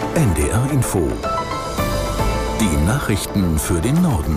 NDR Info. Die Nachrichten für den Norden.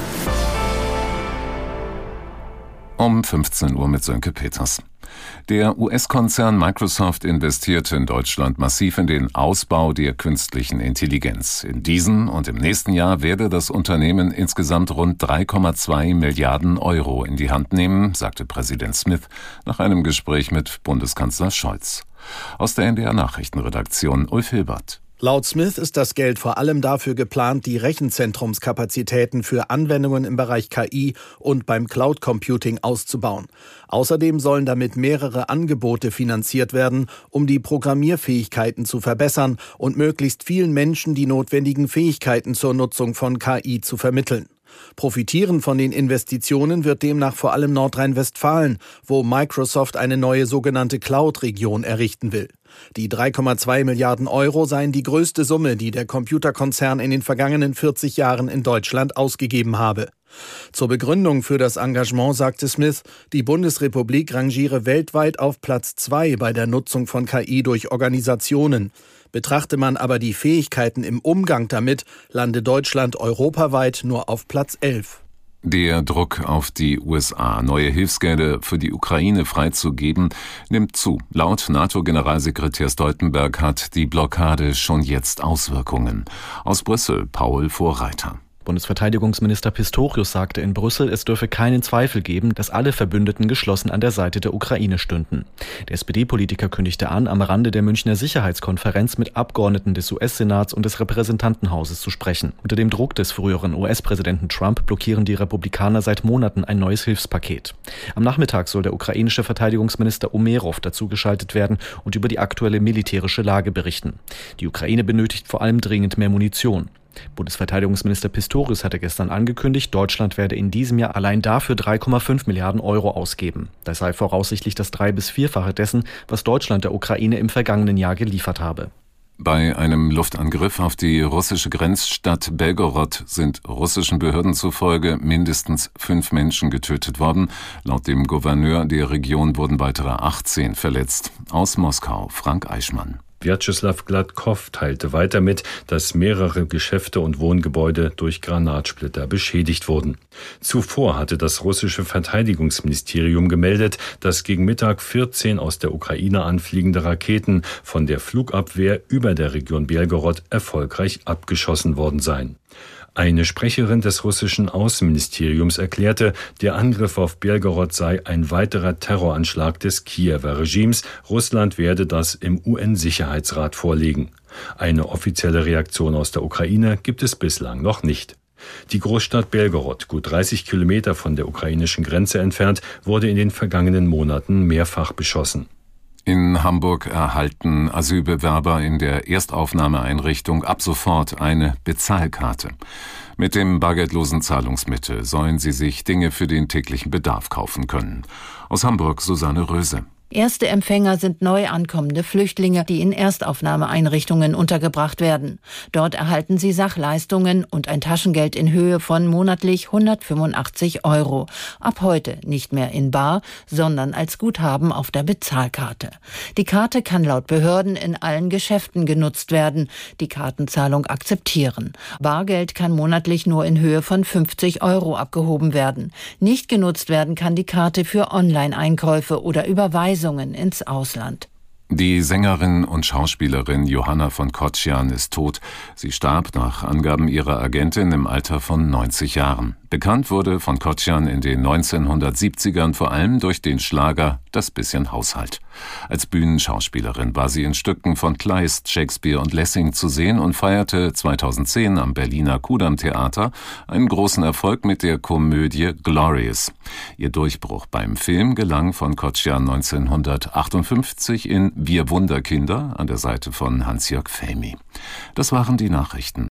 Um 15 Uhr mit Sönke Peters. Der US-Konzern Microsoft investiert in Deutschland massiv in den Ausbau der künstlichen Intelligenz. In diesem und im nächsten Jahr werde das Unternehmen insgesamt rund 3,2 Milliarden Euro in die Hand nehmen, sagte Präsident Smith nach einem Gespräch mit Bundeskanzler Scholz. Aus der NDR Nachrichtenredaktion Ulf Hilbert. Laut Smith ist das Geld vor allem dafür geplant, die Rechenzentrumskapazitäten für Anwendungen im Bereich KI und beim Cloud Computing auszubauen. Außerdem sollen damit mehrere Angebote finanziert werden, um die Programmierfähigkeiten zu verbessern und möglichst vielen Menschen die notwendigen Fähigkeiten zur Nutzung von KI zu vermitteln. Profitieren von den Investitionen wird demnach vor allem Nordrhein-Westfalen, wo Microsoft eine neue sogenannte Cloud-Region errichten will. Die 3,2 Milliarden Euro seien die größte Summe, die der Computerkonzern in den vergangenen 40 Jahren in Deutschland ausgegeben habe. Zur Begründung für das Engagement sagte Smith, die Bundesrepublik rangiere weltweit auf Platz 2 bei der Nutzung von KI durch Organisationen. Betrachte man aber die Fähigkeiten im Umgang damit, lande Deutschland europaweit nur auf Platz 11. Der Druck auf die USA, neue Hilfsgelder für die Ukraine freizugeben, nimmt zu. Laut NATO-Generalsekretär Stoltenberg hat die Blockade schon jetzt Auswirkungen. Aus Brüssel Paul Vorreiter. Bundesverteidigungsminister Pistorius sagte in Brüssel, es dürfe keinen Zweifel geben, dass alle Verbündeten geschlossen an der Seite der Ukraine stünden. Der SPD-Politiker kündigte an, am Rande der Münchner Sicherheitskonferenz mit Abgeordneten des US-Senats und des Repräsentantenhauses zu sprechen. Unter dem Druck des früheren US-Präsidenten Trump blockieren die Republikaner seit Monaten ein neues Hilfspaket. Am Nachmittag soll der ukrainische Verteidigungsminister Umerov dazugeschaltet werden und über die aktuelle militärische Lage berichten. Die Ukraine benötigt vor allem dringend mehr Munition. Bundesverteidigungsminister Pistorius hatte gestern angekündigt, Deutschland werde in diesem Jahr allein dafür 3,5 Milliarden Euro ausgeben. Das sei voraussichtlich das 3- bis 4-fache dessen, was Deutschland der Ukraine im vergangenen Jahr geliefert habe. Bei einem Luftangriff auf die russische Grenzstadt Belgorod sind russischen Behörden zufolge mindestens 5 Menschen getötet worden. Laut dem Gouverneur der Region wurden weitere 18 verletzt. Aus Moskau Frank Eichmann. Vyacheslav Gladkov teilte weiter mit, dass mehrere Geschäfte und Wohngebäude durch Granatsplitter beschädigt wurden. Zuvor hatte das russische Verteidigungsministerium gemeldet, dass gegen Mittag 14 aus der Ukraine anfliegende Raketen von der Flugabwehr über der Region Belgorod erfolgreich abgeschossen worden seien. Eine Sprecherin des russischen Außenministeriums erklärte, der Angriff auf Belgorod sei ein weiterer Terroranschlag des Kiewer Regimes. Russland werde das im UN-Sicherheitsrat vorlegen. Eine offizielle Reaktion aus der Ukraine gibt es bislang noch nicht. Die Großstadt Belgorod, gut 30 Kilometer von der ukrainischen Grenze entfernt, wurde in den vergangenen Monaten mehrfach beschossen. In Hamburg erhalten Asylbewerber in der Erstaufnahmeeinrichtung ab sofort eine Bezahlkarte. Mit dem bargeldlosen Zahlungsmittel sollen sie sich Dinge für den täglichen Bedarf kaufen können. Aus Hamburg Susanne Röse. Erste Empfänger sind neu ankommende Flüchtlinge, die in Erstaufnahmeeinrichtungen untergebracht werden. Dort erhalten sie Sachleistungen und ein Taschengeld in Höhe von monatlich 185 Euro. Ab heute nicht mehr in bar, sondern als Guthaben auf der Bezahlkarte. Die Karte kann laut Behörden in allen Geschäften genutzt werden, die Kartenzahlung akzeptieren. Bargeld kann monatlich nur in Höhe von 50 Euro abgehoben werden. Nicht genutzt werden kann die Karte für Online-Einkäufe oder Überweisungen ins Ausland. Die Sängerin und Schauspielerin Johanna von Kocjan ist tot. Sie starb nach Angaben ihrer Agentin im Alter von 90 Jahren. Bekannt wurde von Kocjan in den 1970ern vor allem durch den Schlager »Das bisschen Haushalt«. Als Bühnenschauspielerin war sie in Stücken von Kleist, Shakespeare und Lessing zu sehen und feierte 2010 am Berliner Kudamm-Theater einen großen Erfolg mit der Komödie Glorious. Ihr Durchbruch beim Film gelang von Kocjan 1958 in Wir Wunderkinder an der Seite von Hans-Jörg Felmy. Das waren die Nachrichten.